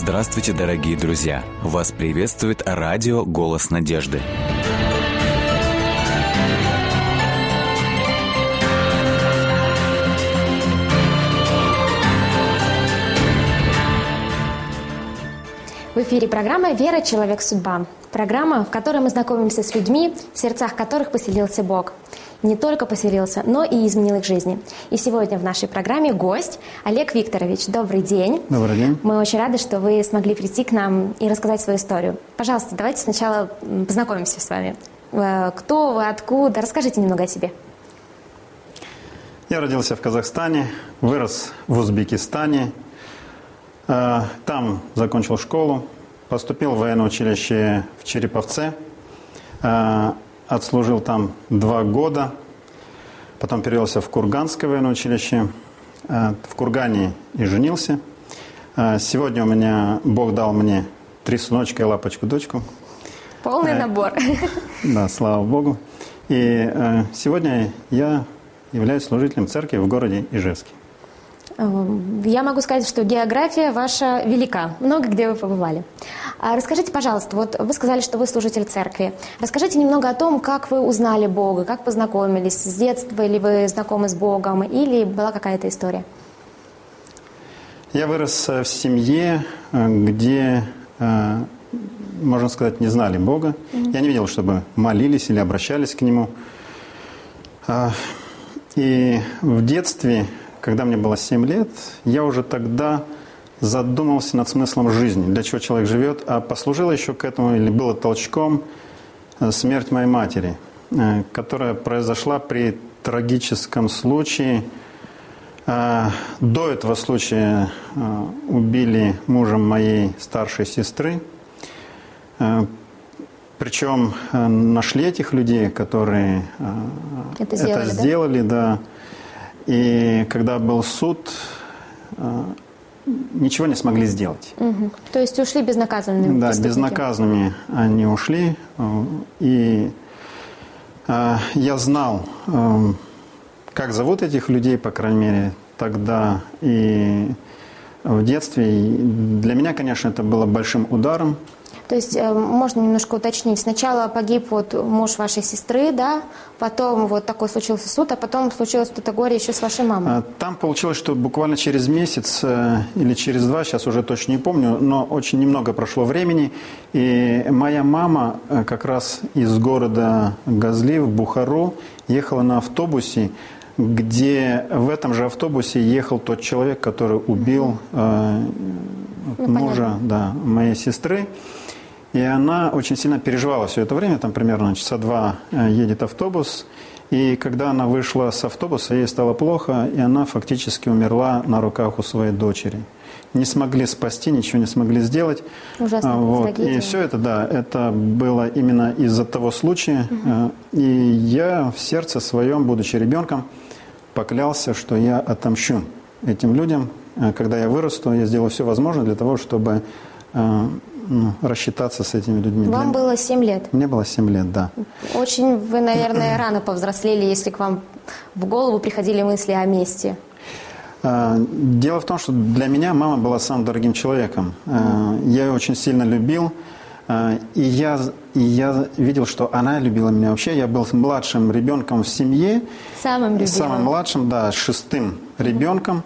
Здравствуйте, дорогие друзья! Вас приветствует радио «Голос надежды». В эфире программа «Вера. Человек. Судьба». Программа, в которой мы знакомимся с людьми, в сердцах которых поселился Бог. Не только поселился, но и изменил их жизни. И сегодня в нашей программе гость Олег Викторович. Добрый день. Добрый день. Мы очень рады, что вы смогли прийти к нам и рассказать свою историю. Пожалуйста, давайте сначала познакомимся с вами. Кто вы, откуда? Расскажите немного о себе. Я родился в Казахстане, вырос в Узбекистане. Там закончил школу, поступил в военное училище в Череповце, отслужил там 2 года, потом перевелся в Курганское военное училище, в Кургане и женился. Сегодня у меня Бог дал мне 3 сыночка и лапочку-дочку. Полный набор. Да, слава Богу. И сегодня я являюсь служителем церкви в городе Ижевске. Я могу сказать, что география ваша велика. Много где вы побывали. Расскажите, пожалуйста, вот вы сказали, что вы служитель церкви. Расскажите немного о том, как вы узнали Бога, как познакомились, с детства ли вы знакомы с Богом, или была какая-то история? Я вырос в семье, где, можно сказать, не знали Бога. Я не видел, чтобы молились или обращались к Нему. И в детстве, когда мне было 7 лет, я уже тогда задумался над смыслом жизни, для чего человек живет, а послужило еще к этому, или было толчком, смерть моей матери, которая произошла при трагическом случае. До этого случая убили мужа моей старшей сестры. Причем нашли этих людей, которые это сделали, да. И когда был суд, ничего не смогли сделать. Угу. То есть ушли безнаказанными? Да, безнаказанными они ушли. И я знал, как зовут этих людей, по крайней мере, тогда и в детстве. И для меня, конечно, это было большим ударом. То есть можно немножко уточнить. Сначала погиб вот муж вашей сестры, да? Потом вот такой случился суд, а потом случилось это горе еще с вашей мамой. Там получилось, что буквально через месяц или через 2, сейчас уже точно не помню, но очень немного прошло времени. И моя мама как раз из города Газли в Бухару ехала на автобусе, где в этом же автобусе ехал тот человек, который убил мужа, да, моей сестры. И она очень сильно переживала все это время, там примерно часа 2 едет автобус. И когда она вышла с автобуса, ей стало плохо, и она фактически умерла на руках у своей дочери. Не смогли спасти, ничего не смогли сделать. Ужасно. Вот. И все это, да, это было именно из-за того случая. И я в сердце своем, будучи ребенком, поклялся, что я отомщу этим людям. Когда я вырасту, я сделаю все возможное для того, чтобы рассчитаться с этими людьми. Вам было 7 лет? Мне было 7 лет, да. Очень вы, наверное, рано повзрослели, если к вам в голову приходили мысли о мести. Дело в том, что для меня мама была самым дорогим человеком. Я ее очень сильно любил. И я видел, что она любила меня вообще. Я был младшим ребенком в семье. Самым любимым. Самым младшим, да, 6-м ребенком.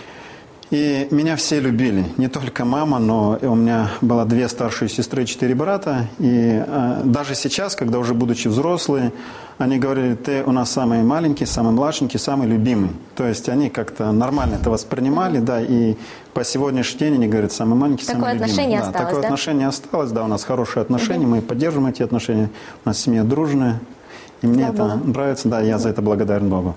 И меня все любили, не только мама, но у меня было 2 старшие сестры и 4 брата. И даже сейчас, когда уже будучи взрослые, они говорили: ты у нас самый маленький, самый младшенький, самый любимый. То есть они как-то нормально это воспринимали, да, и по сегодняшний день они говорят: самый маленький, самый любимый. Такое отношение осталось, такое отношение осталось, да, у нас хорошие отношения, мы поддерживаем эти отношения, у нас семья дружная, и мне это нравится, да, я за это благодарен Богу.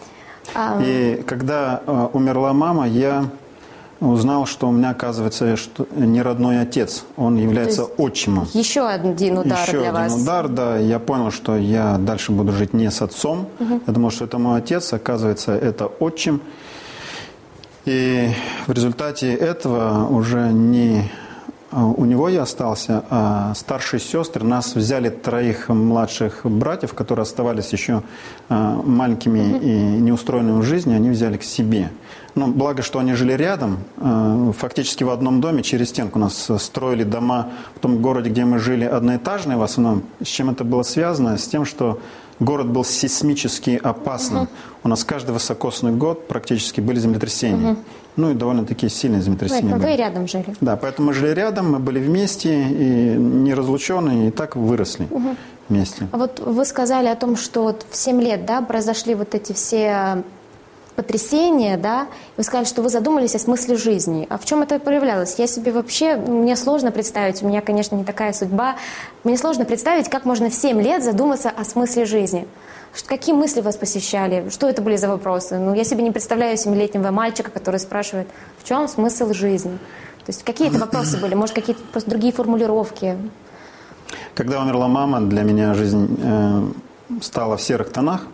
И когда умерла мама, я узнал, что у меня, оказывается, не родной отец, он является отчимом. Еще один удар для вас. Еще один удар, да. Я понял, что я дальше буду жить не с отцом. Я думал, что это мой отец, оказывается, это отчим. И в результате этого уже не у него я остался, а старшие сестры, нас взяли 3 младших братьев, которые оставались еще маленькими и неустроенными в жизни, они взяли к себе. Ну, благо, что они жили рядом, фактически в одном доме, через стенку. У нас строили дома в том городе, где мы жили, одноэтажные в основном. С чем это было связано? С тем, что город был сейсмически опасным. У нас каждый высокосный год практически были землетрясения. Ну и довольно-таки сильные землетрясения. Вы рядом жили. Да, поэтому мы жили рядом, мы были вместе, и не разлученные, и так выросли вместе. А вот вы сказали о том, что вот в 7 лет, да, произошли вот эти все потрясения, да, вы сказали, что вы задумались о смысле жизни. А в чем это проявлялось? Я себе вообще, мне сложно представить, у меня, конечно, не такая судьба, мне сложно представить, как можно в 7 лет задуматься о смысле жизни. Какие мысли вас посещали? Что это были за вопросы? Ну, я себе не представляю 7-летнего мальчика, который спрашивает, в чем смысл жизни? То есть какие это вопросы были? Может, какие-то просто другие формулировки? Когда умерла мама, для меня жизнь стала в серых тонах.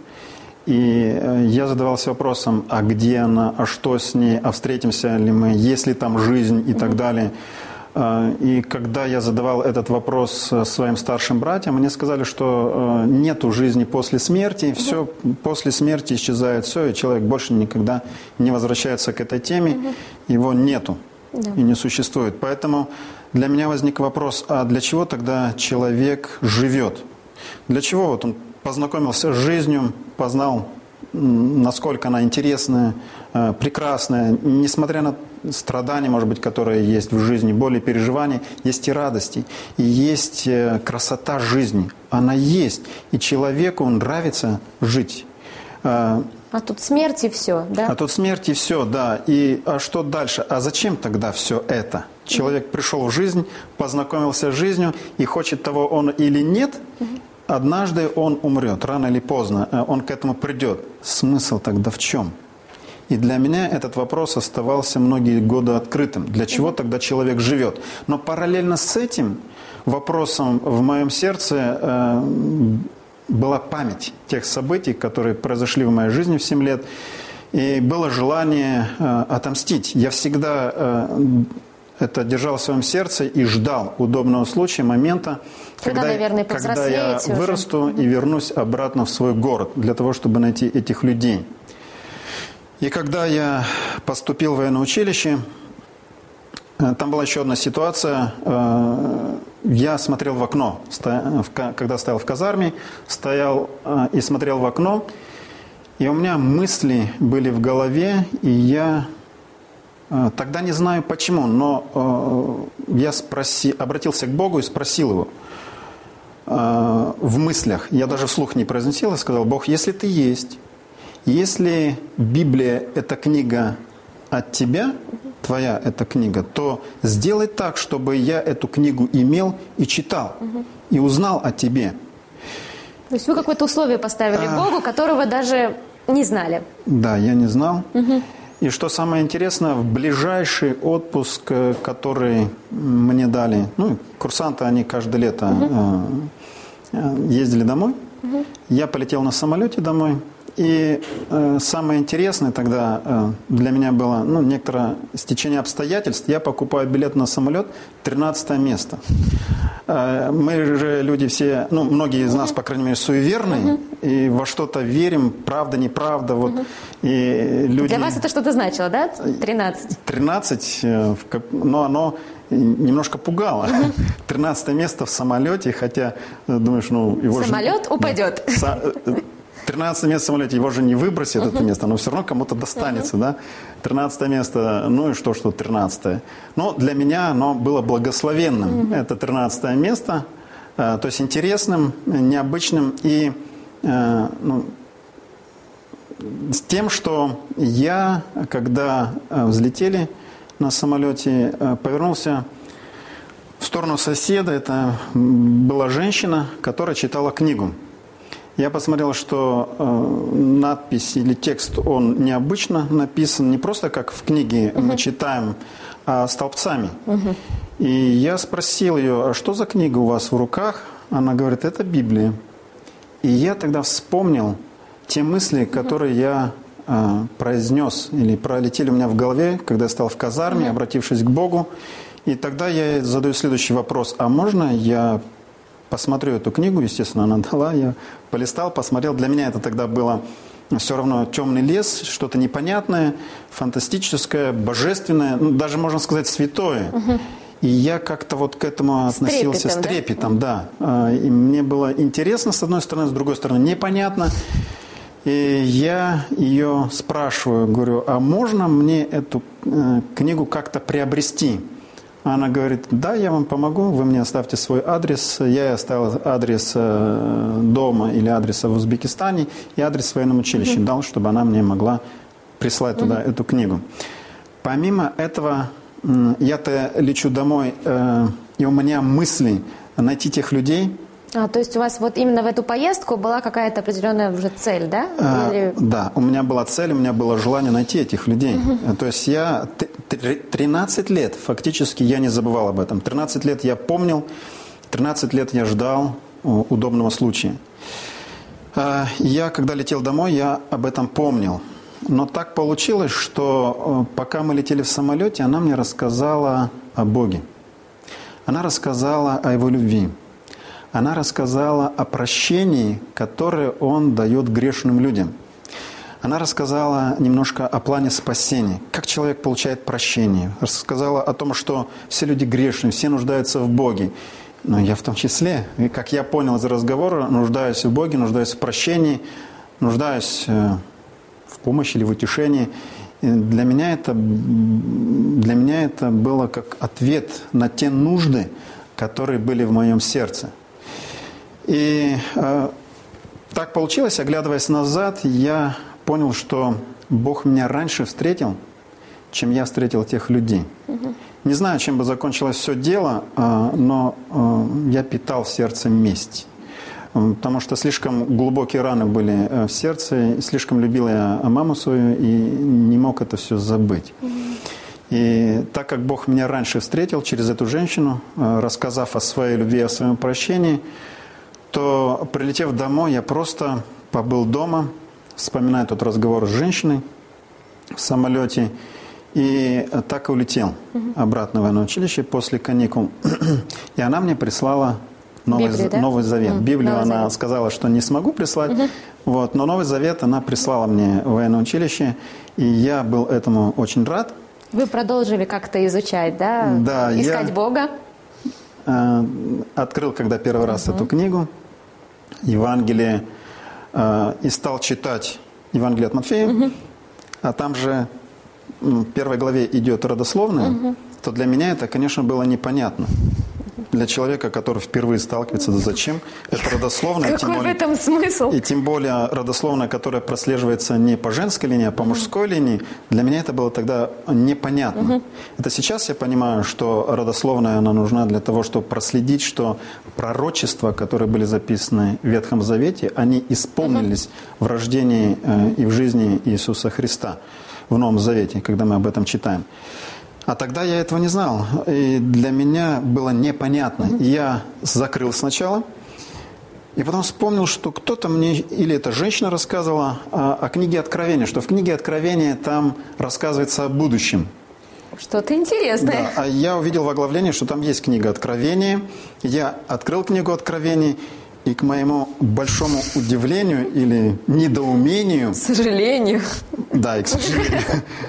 И я задавался вопросом, а где она, а что с ней, а встретимся ли мы, есть ли там жизнь и так далее. И когда я задавал этот вопрос своим старшим братьям, они сказали, что нету жизни после смерти, все после смерти исчезает все, и человек больше никогда не возвращается к этой теме, его нету и не существует. Поэтому для меня возник вопрос, а для чего тогда человек живет? Для чего вот он познакомился с жизнью, познал, насколько она интересная, прекрасная, несмотря на страдания, может быть, которые есть в жизни, боли, переживания, есть и радости, и есть красота жизни. Она есть, и человеку нравится жить. А тут смерть и все, да? А тут смерть и все, да. И а что дальше? А зачем тогда все это? Человек пришел в жизнь, познакомился с жизнью, и хочет того он или нет, однажды он умрет, рано или поздно, он к этому придет. Смысл тогда в чем? И для меня этот вопрос оставался многие годы открытым. Для чего тогда человек живет? Но параллельно с этим вопросом в моем сердце была память тех событий, которые произошли в моей жизни в 7 лет. И было желание отомстить. Я всегда это держал в своем сердце и ждал удобного случая, момента, когда я вырасту и вернусь обратно в свой город для того, чтобы найти этих людей. И когда я поступил в военное училище, там была еще одна ситуация. Я смотрел в окно, когда стоял в казарме, стоял и смотрел в окно, и у меня мысли были в голове, и я тогда не знаю почему, но я обратился к Богу и спросил Его в мыслях. Я даже вслух не произносил, я сказал: Бог, если Ты есть, если Библия – это книга от Тебя, Твоя эта книга, то сделай так, чтобы я эту книгу имел и читал, и узнал о Тебе. То есть вы какое-то условие поставили Богу, которого даже не знали? Да, я не знал. И что самое интересное, в ближайший отпуск, который мне дали, ну, курсанты, они каждое лето ездили домой, я полетел на самолете домой. И самое интересное тогда для меня было, ну, некоторое стечение обстоятельств. Я покупаю билет на самолет, 13 место. Мы же люди все, ну, многие из нас, по крайней мере, суеверные, и во что-то верим, правда, неправда. Вот. И люди... Для вас это что-то значило, да? 13? 13, но оно немножко пугало. 13 место в самолете, хотя думаешь, ну... его самолет же... упадет. 13 место в самолете, его же не выбросит, это место, но все равно кому-то достанется, да? 13 место, ну и что 13? Но для меня оно было благословенным. Это 13 место, то есть интересным, необычным и ну, с тем, что я, когда взлетели на самолете, повернулся в сторону соседа. Это была женщина, которая читала книгу. Я посмотрел, что надпись или текст, он необычно написан, не просто как в книге мы читаем, а столбцами. И я спросил ее: а что за книга у вас в руках? Она говорит: это Библия. И я тогда вспомнил те мысли, которые я произнес или пролетели у меня в голове, когда я стал в казарме, обратившись к Богу. И тогда я задаю следующий вопрос. А можно я посмотрю эту книгу? Естественно, она дала. Я полистал, посмотрел. Для меня это тогда было все равно темный лес, что-то непонятное, фантастическое, божественное, ну, даже, можно сказать, святое. И я как-то вот к этому относился с трепетом, да. И мне было интересно, с одной стороны, с другой стороны, непонятно. И я ее спрашиваю, говорю, а можно мне эту книгу как-то приобрести? Она говорит, да, я вам помогу, вы мне оставьте свой адрес. Я ей оставил адрес дома или адреса в Узбекистане и адрес в военном училище дал, чтобы она мне могла прислать туда эту книгу. Помимо этого, я-то лечу домой, и у меня мысли найти тех людей. То есть у вас вот именно в эту поездку была какая-то определенная уже цель, да? Да, у меня была цель, у меня было желание найти этих людей. То есть я 13 лет, фактически, я не забывал об этом. 13 лет я помнил, 13 лет я ждал удобного случая. Я, когда летел домой, я об этом помнил. Но так получилось, что пока мы летели в самолете, она мне рассказала о Боге. Она рассказала о Его любви. Она рассказала о прощении, которое Он дает грешным людям. Она рассказала немножко о плане спасения, как человек получает прощение. Рассказала о том, что все люди грешны, все нуждаются в Боге. Но я в том числе, и как я понял из разговора, нуждаюсь в Боге, нуждаюсь в прощении, нуждаюсь в помощи или в утешении. И для меня это было как ответ на те нужды, которые были в моем сердце. И так получилось, оглядываясь назад, я понял, что Бог меня раньше встретил, чем я встретил тех людей. Не знаю, чем бы закончилось все дело, но я питал в сердце месть. Потому что слишком глубокие раны были в сердце, и слишком любил я маму свою и не мог это все забыть. И так как Бог меня раньше встретил через эту женщину, рассказав о своей любви, о своем прощении, то, прилетев домой, я просто побыл дома, вспоминая тот разговор с женщиной в самолете, и так и улетел обратно в военное училище после каникул. И она мне прислала Новый Завет. Библию Новый она Завет. сказала, что не смогу прислать, вот, но Новый Завет она прислала мне в военное училище, и я был этому очень рад. Вы продолжили как-то изучать, да? Да, искать Бога? Открыл, когда первый раз эту книгу, Евангелие, и стал читать Евангелие от Матфея, а там же в первой главе идет родословная, то для меня это, конечно, было непонятно. Для человека, который впервые сталкивается, зачем это родословная, Какой в этом смысл? и тем более родословная, которая прослеживается не по женской линии, а по мужской линии, для меня это было тогда непонятно. Это сейчас я понимаю, что родословная она нужна для того, чтобы проследить, что пророчества, которые были записаны в Ветхом Завете, они исполнились в рождении и в жизни Иисуса Христа в Новом Завете, когда мы об этом читаем. А тогда я этого не знал, и для меня было непонятно. Я закрыл сначала, и потом вспомнил, что кто-то мне, или эта женщина рассказывала о книге Откровения, что в книге Откровения там рассказывается о будущем. Что-то интересное. Да, а я увидел в оглавлении, что там есть книга Откровения. Я открыл книгу Откровения, и к моему большому удивлению или недоумению... К сожалению. Да, и к сожалению...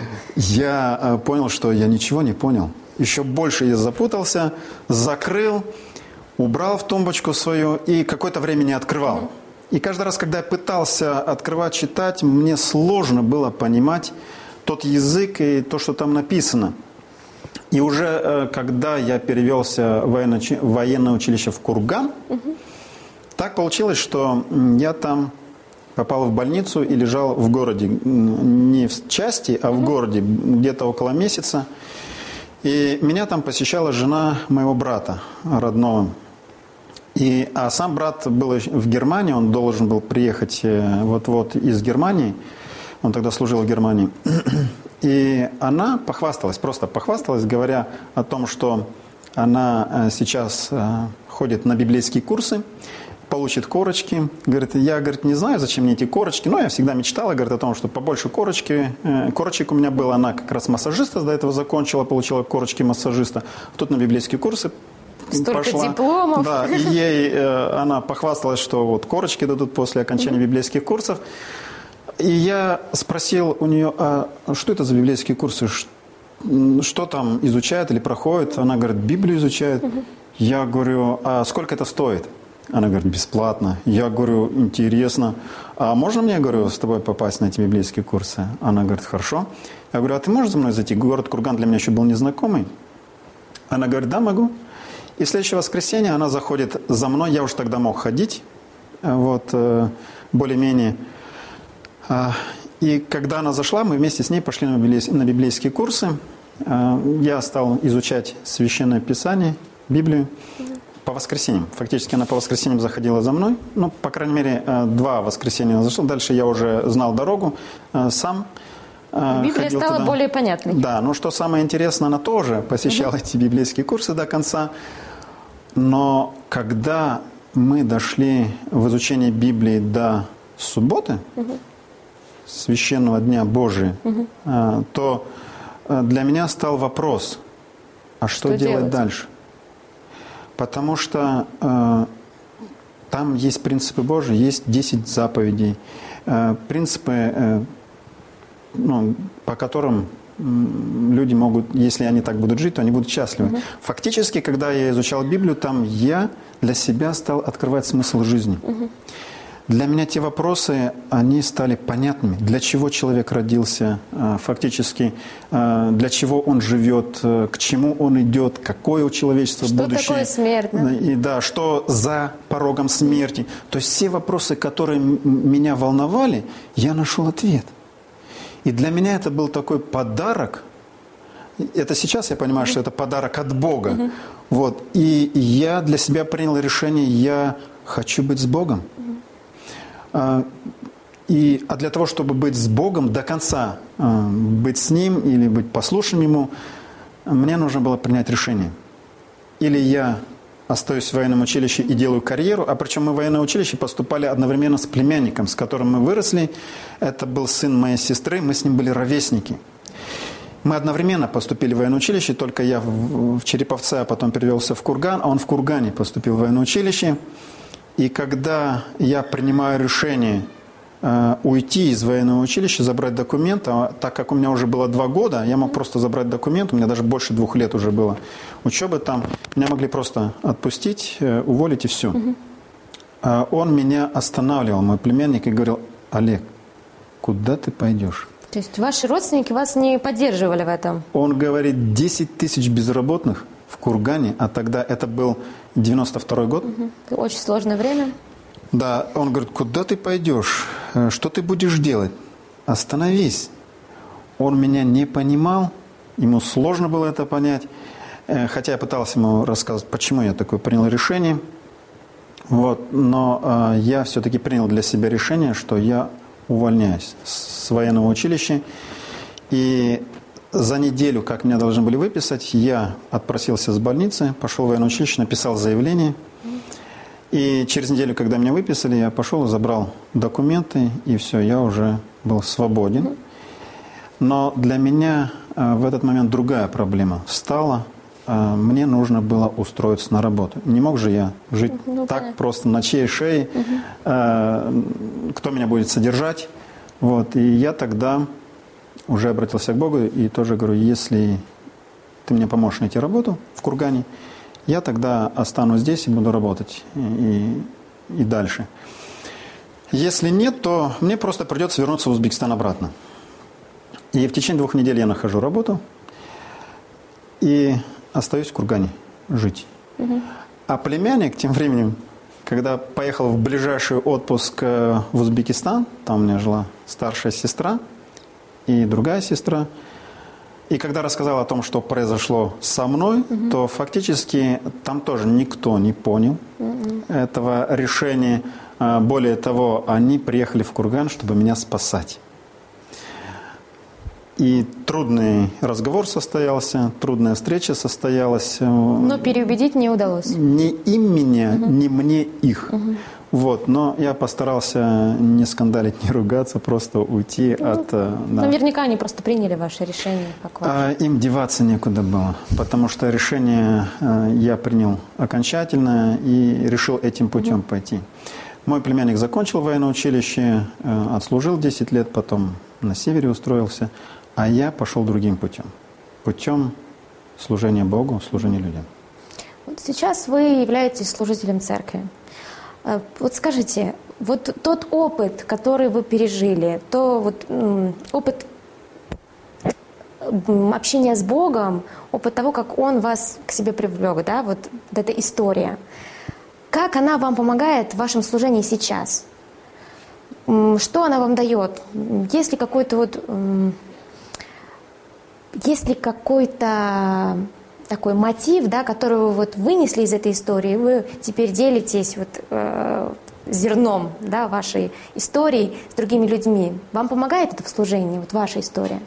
Я понял, что я ничего не понял. Еще больше я запутался, закрыл, убрал в тумбочку свою и какое-то время не открывал. И каждый раз, когда я пытался открывать, читать, мне сложно было понимать тот язык и то, что там написано. И уже когда я перевелся в военное училище в Курган, так получилось, что я там... попал в больницу и лежал в городе, не в части, а в городе, где-то около месяца. И меня там посещала жена моего брата родного. А сам брат был в Германии, он должен был приехать вот-вот из Германии. Он тогда служил в Германии. И она просто похвасталась, говоря о том, что она сейчас ходит на библейские курсы, получит корочки. Говорит, я, говорит, не знаю, зачем мне эти корочки, но я всегда мечтала, говорит, о том, что побольше корочек у меня было. Она как раз массажиста до этого закончила, получила корочки массажиста. Тут на библейские курсы столько пошла. дипломов. Да, и ей она похвасталась, что вот корочки дадут после окончания библейских курсов. И я спросил у нее, а что это за библейские курсы? Что там изучают или проходят? Она говорит, Библию изучают. Я говорю, а сколько это стоит? Она говорит, бесплатно. Я говорю, интересно. А можно мне, говорю, с тобой попасть на эти библейские курсы? Она говорит, хорошо. Я говорю, а ты можешь за мной зайти? Город Курган для меня еще был незнакомый. Она говорит, да, могу. И в следующее воскресенье она заходит за мной. Я уже тогда мог ходить. Вот, более-менее. И когда она зашла, мы вместе с ней пошли на библейские курсы. Я стал изучать Священное Писание, Библию по воскресеньям. Фактически она по воскресеньям заходила за мной. Ну, по крайней мере, 2 воскресенья она зашла. Дальше я уже знал дорогу сам. Библия стала туда. более понятной. Да, но что самое интересное, она тоже посещала эти библейские курсы до конца. Но когда мы дошли в изучение Библии до субботы, священного дня Божия, то для меня стал вопрос, а что делать дальше? Потому что там есть принципы Божьи, есть 10 заповедей, принципы, по которым люди могут, если они так будут жить, то они будут счастливы. Фактически, когда я изучал Библию, там я для себя стал открывать смысл жизни. Для меня те вопросы, они стали понятными. Для чего человек родился, фактически, для чего он живет, к чему он идет, какое у человечества будущее. Что такое смерть? И да, что за порогом смерти. То есть все вопросы, которые меня волновали, я нашел ответ. И для меня это был такой подарок. Это сейчас я понимаю, что это подарок от Бога. Вот. И я для себя принял решение, я хочу быть с Богом. А для того, чтобы быть с Богом до конца, быть с Ним или быть послушным Ему, мне нужно было принять решение. Или я остаюсь в военном училище и делаю карьеру, а причем мы в военное училище поступали одновременно с племянником, с которым мы выросли. Это был сын моей сестры, мы с ним были ровесники. Мы одновременно поступили в военное училище, только я в Череповце, а потом перевелся в Курган, а он в Кургане поступил в военное училище. И когда я принимаю решение уйти из военного училища, забрать документ, так как у меня уже было 2 года, я мог просто забрать документ, у меня даже больше 2 лет уже было учебы там, меня могли просто отпустить, уволить и все. Он меня останавливал, мой племянник, и говорил, Олег, куда ты пойдешь? То есть ваши родственники вас не поддерживали в этом? Он говорит, 10 тысяч безработных в Кургане, а тогда это был 92-й год. Очень сложное время. Да, он говорит, куда ты пойдешь? Что ты будешь делать? Остановись. Он меня не понимал, ему сложно было это понять, хотя я пытался ему рассказать, почему я такое принял решение. Вот, но я все-таки принял для себя решение, что я увольняюсь с военного училища. И за неделю, как меня должны были выписать, я отпросился с больницы, пошел в военное училище, написал заявление. И через неделю, когда меня выписали, я пошел и забрал документы, и все, я уже был свободен. Но для меня в этот момент другая проблема встала. Мне нужно было устроиться на работу. Не мог же я жить так просто на чьей шее, кто меня будет содержать. Вот. И я тогда уже обратился к Богу и тоже говорю, если ты мне поможешь найти работу в Кургане, я тогда останусь здесь и буду работать и дальше. Если нет, то мне просто придется вернуться в Узбекистан обратно. И в течение 2 недель я нахожу работу и остаюсь в Кургане жить. А племянник тем временем, когда поехал в ближайший отпуск в Узбекистан, там у меня жила старшая сестра и другая сестра, и когда рассказал о том, что произошло со мной, то фактически там тоже никто не понял этого решения. Более того, они приехали в Курган, чтобы меня спасать. И трудный разговор состоялся, трудная встреча состоялась. Но переубедить не удалось. Не им меня, не мне их. Вот, но я постарался не скандалить, не ругаться, просто уйти от... Да. Наверняка они просто приняли ваше решение. Им деваться некуда было, потому что решение я принял окончательно и решил этим путем пойти. Мой племянник закончил военное училище, отслужил 10 лет, потом на севере устроился, а я пошел другим путем. Путем служения Богу, служения людям. Вот сейчас вы являетесь служителем церкви. Вот скажите, вот тот опыт, который вы пережили, опыт общения с Богом, опыт того, как Он вас к себе привлек, да, вот эта история, как она вам помогает в вашем служении сейчас? Что она вам дает? Есть ли какой-то такой мотив, да, который вы вот вынесли из этой истории, вы теперь делитесь зерном, да, вашей истории с другими людьми. Вам помогает это в служении, вот ваша история?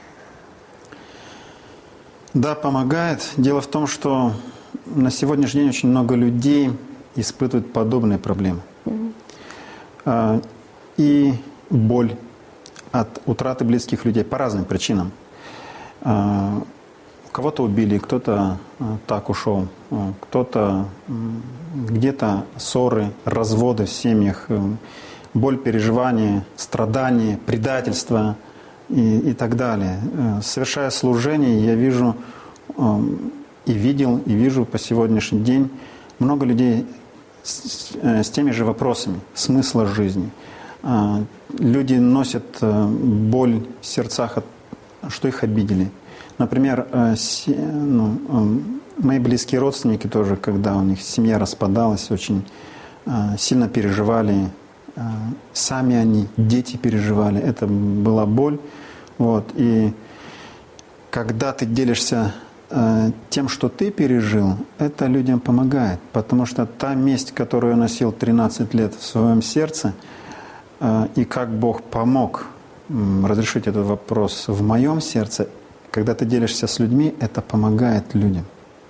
Да, помогает. Дело в том, что на сегодняшний день очень много людей испытывают подобные проблемы. И боль от утраты близких людей по разным причинам. Кого-то убили, кто-то так ушел, кто-то где-то ссоры, разводы в семьях, боль, переживания, страдания, предательство и так далее. Совершая служение, я вижу и видел, и вижу по сегодняшний день много людей с теми же вопросами смысла жизни. Люди носят боль в сердцах, что их обидели. Например, мои близкие родственники тоже, когда у них семья распадалась, очень сильно переживали. Сами они, дети переживали. Это была боль. Вот. И когда ты делишься тем, что ты пережил, это людям помогает. Потому что та месть, которую я носил 13 лет в своем сердце, и как Бог помог разрешить этот вопрос в моем сердце, когда ты делишься с людьми, это помогает людям.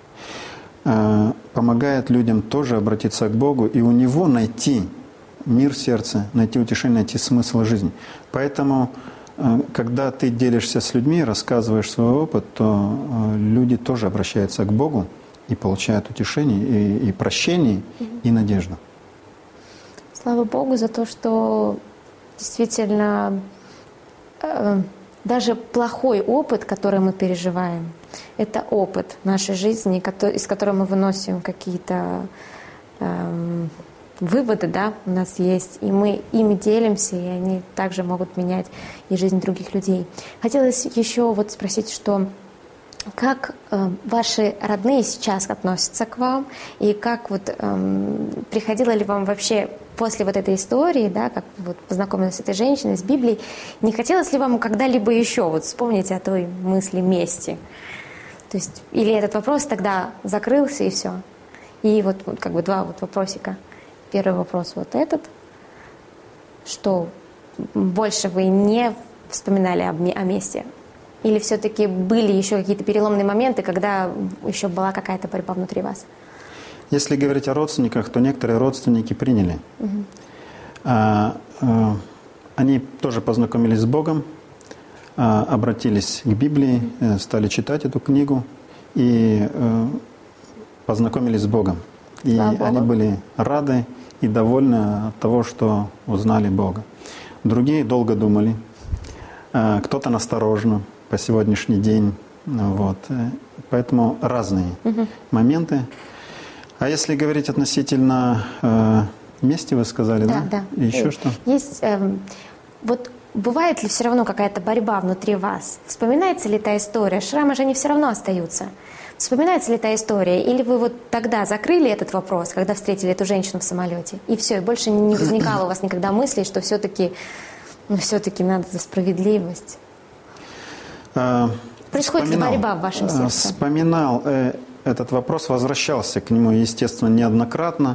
Помогает людям тоже обратиться к Богу и у Него найти мир в сердце, найти утешение, найти смысл жизни. Поэтому, когда ты делишься с людьми, рассказываешь свой опыт, то люди тоже обращаются к Богу и получают утешение, и прощение, и надежду. Слава Богу за то, что действительно даже плохой опыт, который мы переживаем, это опыт нашей жизни, из которого мы выносим какие-то выводы, да, у нас есть, и мы ими делимся, и они также могут менять и жизнь других людей. Хотелось еще вот спросить, что как ваши родные сейчас относятся к вам, и как вот приходило ли вам вообще после вот этой истории, да, как вот познакомились с этой женщиной, с Библией, не хотелось ли вам когда-либо еще вот вспомнить о той мысли мести? То есть, или этот вопрос тогда закрылся и все? И вот как бы два вот вопросика. Первый вопрос вот этот, что больше вы не вспоминали о мести? Или все-таки были еще какие-то переломные моменты, когда еще была какая-то борьба внутри вас? Если говорить о родственниках, то некоторые родственники приняли. Они тоже познакомились с Богом, обратились к Библии, стали читать эту книгу и познакомились с Богом. И они были рады и довольны от того, что узнали Бога. Другие долго думали, кто-то настороженно по сегодняшний день. Вот. Поэтому разные моменты. А если говорить относительно мести, вы сказали, да? Да. И еще что? Есть, вот бывает ли все равно какая-то борьба внутри вас? Вспоминается ли та история? Шрамы же они все равно остаются. Вспоминается ли та история? Или вы вот тогда закрыли этот вопрос, когда встретили эту женщину в самолете? И все, и больше не возникало у вас никогда мыслей, что все-таки надо за справедливость? Происходит ли борьба в вашем сердце? Вспоминал этот вопрос, возвращался к нему, естественно, неоднократно.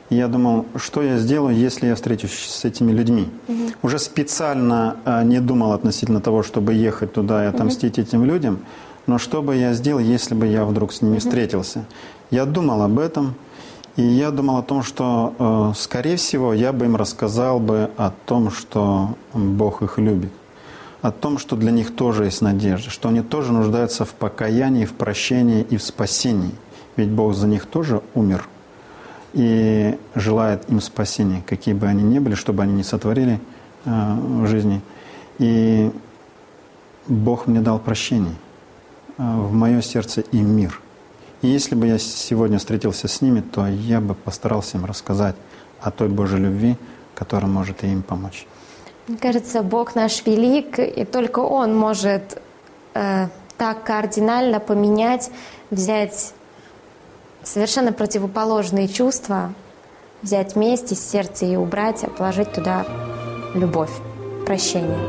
И я думал, что я сделаю, если я встречусь с этими людьми. Уже специально не думал относительно того, чтобы ехать туда и отомстить этим людям, но что бы я сделал, если бы я вдруг с ними встретился. Я думал об этом, и я думал о том, что, скорее всего, я бы им рассказал бы о том, что Бог их любит, о том, что для них тоже есть надежда, что они тоже нуждаются в покаянии, в прощении и в спасении. Ведь Бог за них тоже умер и желает им спасения, какие бы они ни были, чтобы они не сотворили в жизни. И Бог мне дал прощение в мое сердце и мир. И если бы я сегодня встретился с ними, то я бы постарался им рассказать о той Божьей любви, которая может и им помочь. Мне кажется, Бог наш велик, и только Он может так кардинально поменять, взять совершенно противоположные чувства, взять месть из сердца и убрать, а положить туда любовь, прощение.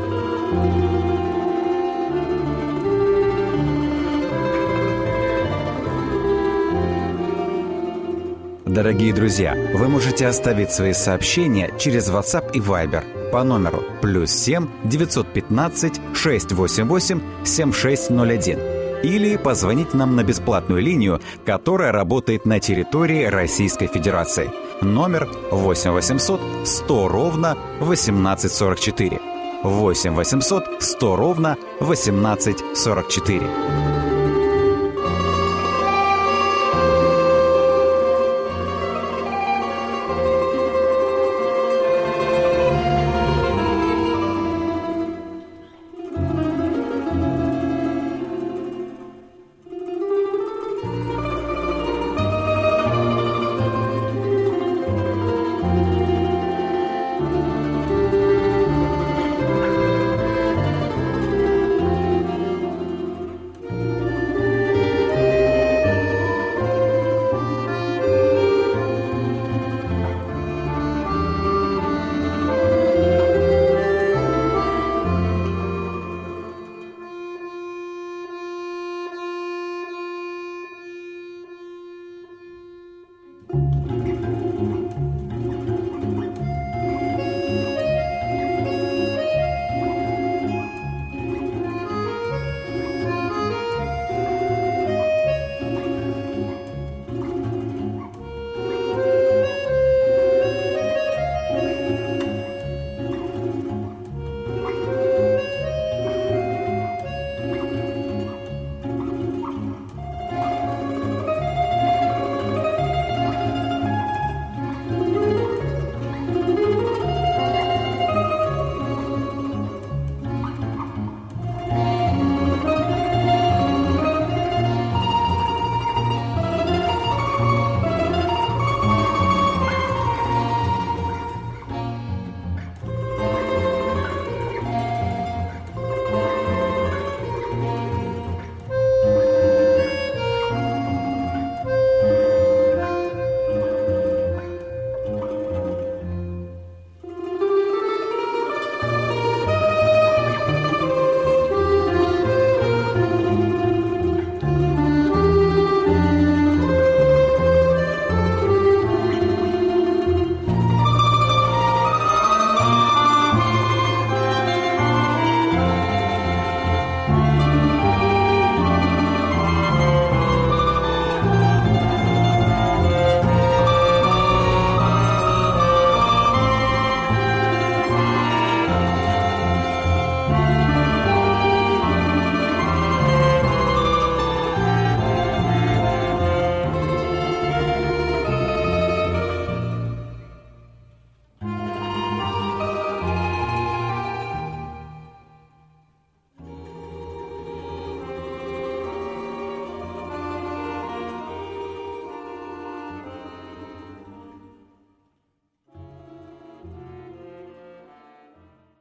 Дорогие друзья, вы можете оставить свои сообщения через WhatsApp и Viber по номеру +7 915 688 7601 или позвонить нам на бесплатную линию, которая работает на территории Российской Федерации. Номер 8 800 100 ровно 1844. 8 800 100 ровно 1844.